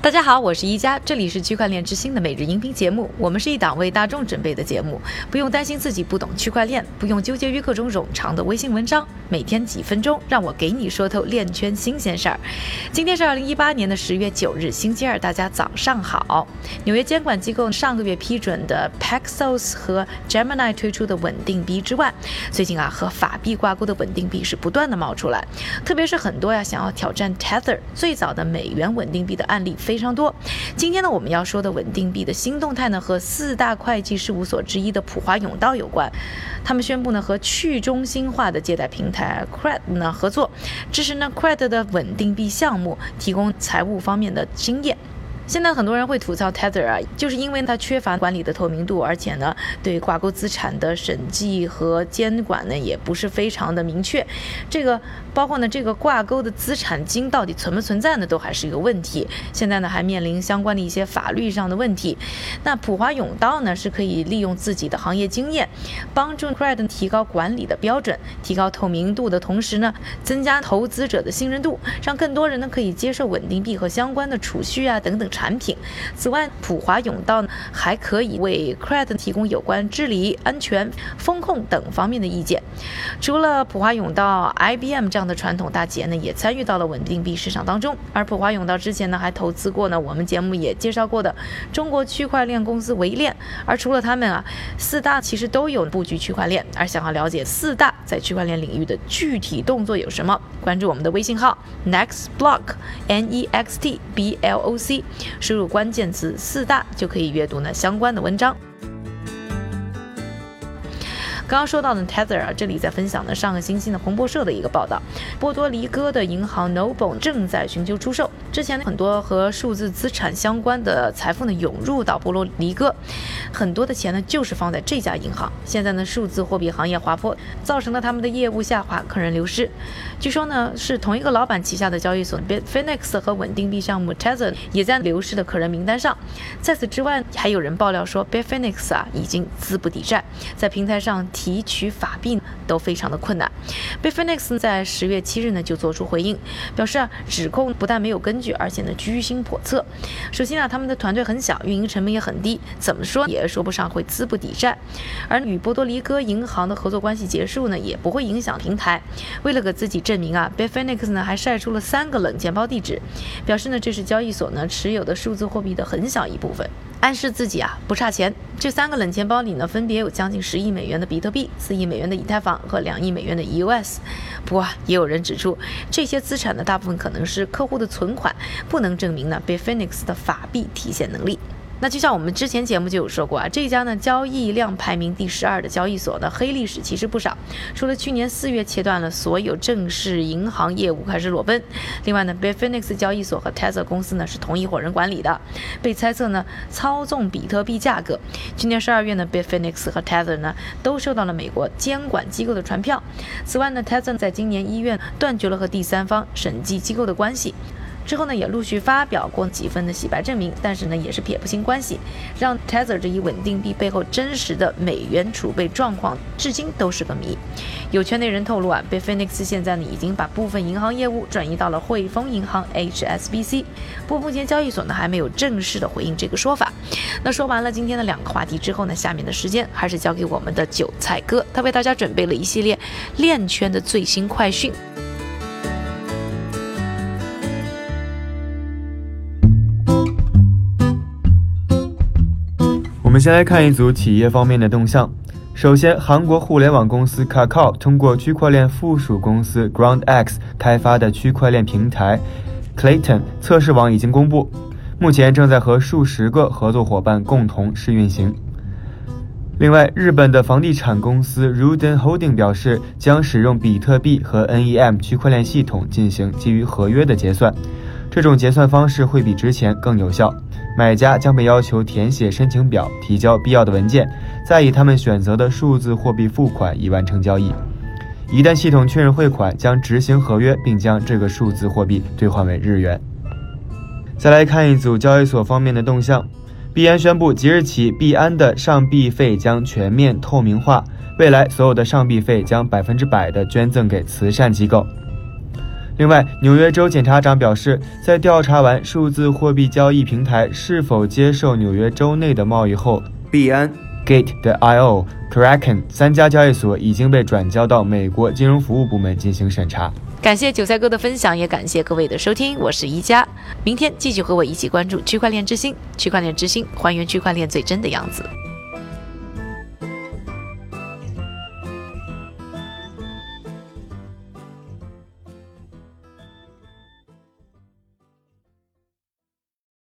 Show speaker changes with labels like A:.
A: 大家好，我是一加，这里是区块链之星的每日音频节目。我们是一档为大众准备的节目，不用担心自己不懂区块链，不用纠结于各种冗长的微信文章，每天几分钟，让我给你说透链圈新鲜事儿。今天是2018年10月9日，星期二，大家早上好。纽约监管机构上个月批准的 Paxos 和 Gemini 推出的稳定币之外，最近和法币挂钩的稳定币是不断的冒出来，特别是很多想要挑战 Tether 最早的美元稳定币的案例非常多。今天呢，我们要说的稳定币的新动态呢，和4大会计事务所之一的普华永道有关。他们宣布呢，和去中心化的借贷平台 Cred 呢合作，支持Cred 的稳定币项目，提供财务方面的经验。现在很多人会吐槽 Tether 就是因为它缺乏管理的透明度，而且呢，对挂钩资产的审计和监管呢也不是非常的明确。这个包括呢这个挂钩的资产金到底存不存在呢，都还是一个问题。现在呢还面临相关的一些法律上的问题。那普华永道呢是可以利用自己的行业经验，帮助 Cred 提高管理的标准，提高透明度的同时呢，增加投资者的信任度，让更多人呢可以接受稳定币和相关的储蓄等等产品。此外，普华永道还可以为 Cred 提供有关治理、安全、风控等方面的意见。除了普华永道， IBM 这样的传统大企业呢也参与到了稳定币市场当中。而普华永道之前呢还投资过呢我们节目也介绍过的中国区块链公司维链。而除了他们4大其实都有布局区块链。而想要了解4大在区块链领域的具体动作有什么，关注我们的微信号 NextBlock NEXTBLOC， 输入关键词4大就可以阅读相关的文章。刚刚说到的 Tether 这里在分享的上个星期的彭博社的一个报道，波多黎各的银行 Noble 正在寻求出售。之前很多和数字资产相关的财富涌入到波多黎各，很多的钱就是放在这家银行。现在数字货币行业滑坡，造成了他们的业务下滑，客人流失。据说是同一个老板旗下的交易所 Bitfinex 和稳定币项目 Tether 也在流失的客人名单上。在此之外，还有人爆料说 Bitfinex 已经资不抵债，在平台上提取法币都非常的困难。Bitfinex 在10月7日就做出回应，表示指控不但没有根据，而且居心叵测。首先他们的团队很小，运营成本也很低，怎么说也说不上会资不抵债。而与波多黎各银行的合作关系结束也不会影响平台。为了给自己证明Bitfinex 还晒出了3个冷钱包地址，表示这是交易所持有的数字货币的很小一部分，暗示自己不差钱。这3个冷钱包里分别有将近10亿美元的比特币、4亿美元的以太坊和2亿美元的 EOS。 不过也有人指出，这些资产大部分可能是客户的存款，不能证明Bitfinex 的法币提现能力。那就像我们之前节目就有说过这家交易量排名第12的交易所黑历史其实不少。除了去年4月切断了所有正式银行业务开始裸奔，另外Bitfinex 交易所和 Tether 公司是同一伙人管理的，被猜测操纵比特币价格。去年12月Bitfinex 和 Tether 都受到了美国监管机构的传票。此外Tether 在今年1月断绝了和第三方审计机构的关系。之后也陆续发表过几份的洗白证明，但是也是撇不清关系，让 Tether 这一稳定币背后真实的美元储备状况至今都是个谜。有圈内人透露Bitfinex 现在已经把部分银行业务转移到了汇丰银行 HSBC， 不过目前交易所还没有正式的回应这个说法。那说完了今天的2个话题之后下面的时间还是交给我们的韭菜哥，他为大家准备了一系列链圈的最新快讯。
B: 我们先来看一组企业方面的动向。首先，韩国互联网公司 Kakao 通过区块链附属公司 GroundX 开发的区块链平台 Clayton 测试网已经公布，目前正在和数十个合作伙伴共同试运行。另外，日本的房地产公司 Ruden Holding 表示，将使用比特币和 NEM 区块链系统进行基于合约的结算，这种结算方式会比之前更有效。买家将被要求填写申请表，提交必要的文件，再以他们选择的数字货币付款以完成交易。一旦系统确认汇款，将执行合约，并将这个数字货币兑换为日元。再来看一组交易所方面的动向。币安宣布，即日起币安的上币费将全面透明化，未来所有的上币费将100%的捐赠给慈善机构。 另外，纽约州检察长表示，在调查完数字货币交易平台是否接受纽约州内的贸易后，币安、Gate.io、Kraken 3家交易所已经被转交到美国金融服务部门进行审查。
A: 感谢韭菜哥的分享，也感谢各位的收听，我是一加，明天继续和我一起关注区块链之星，区块链之星还原区块链最真的样子。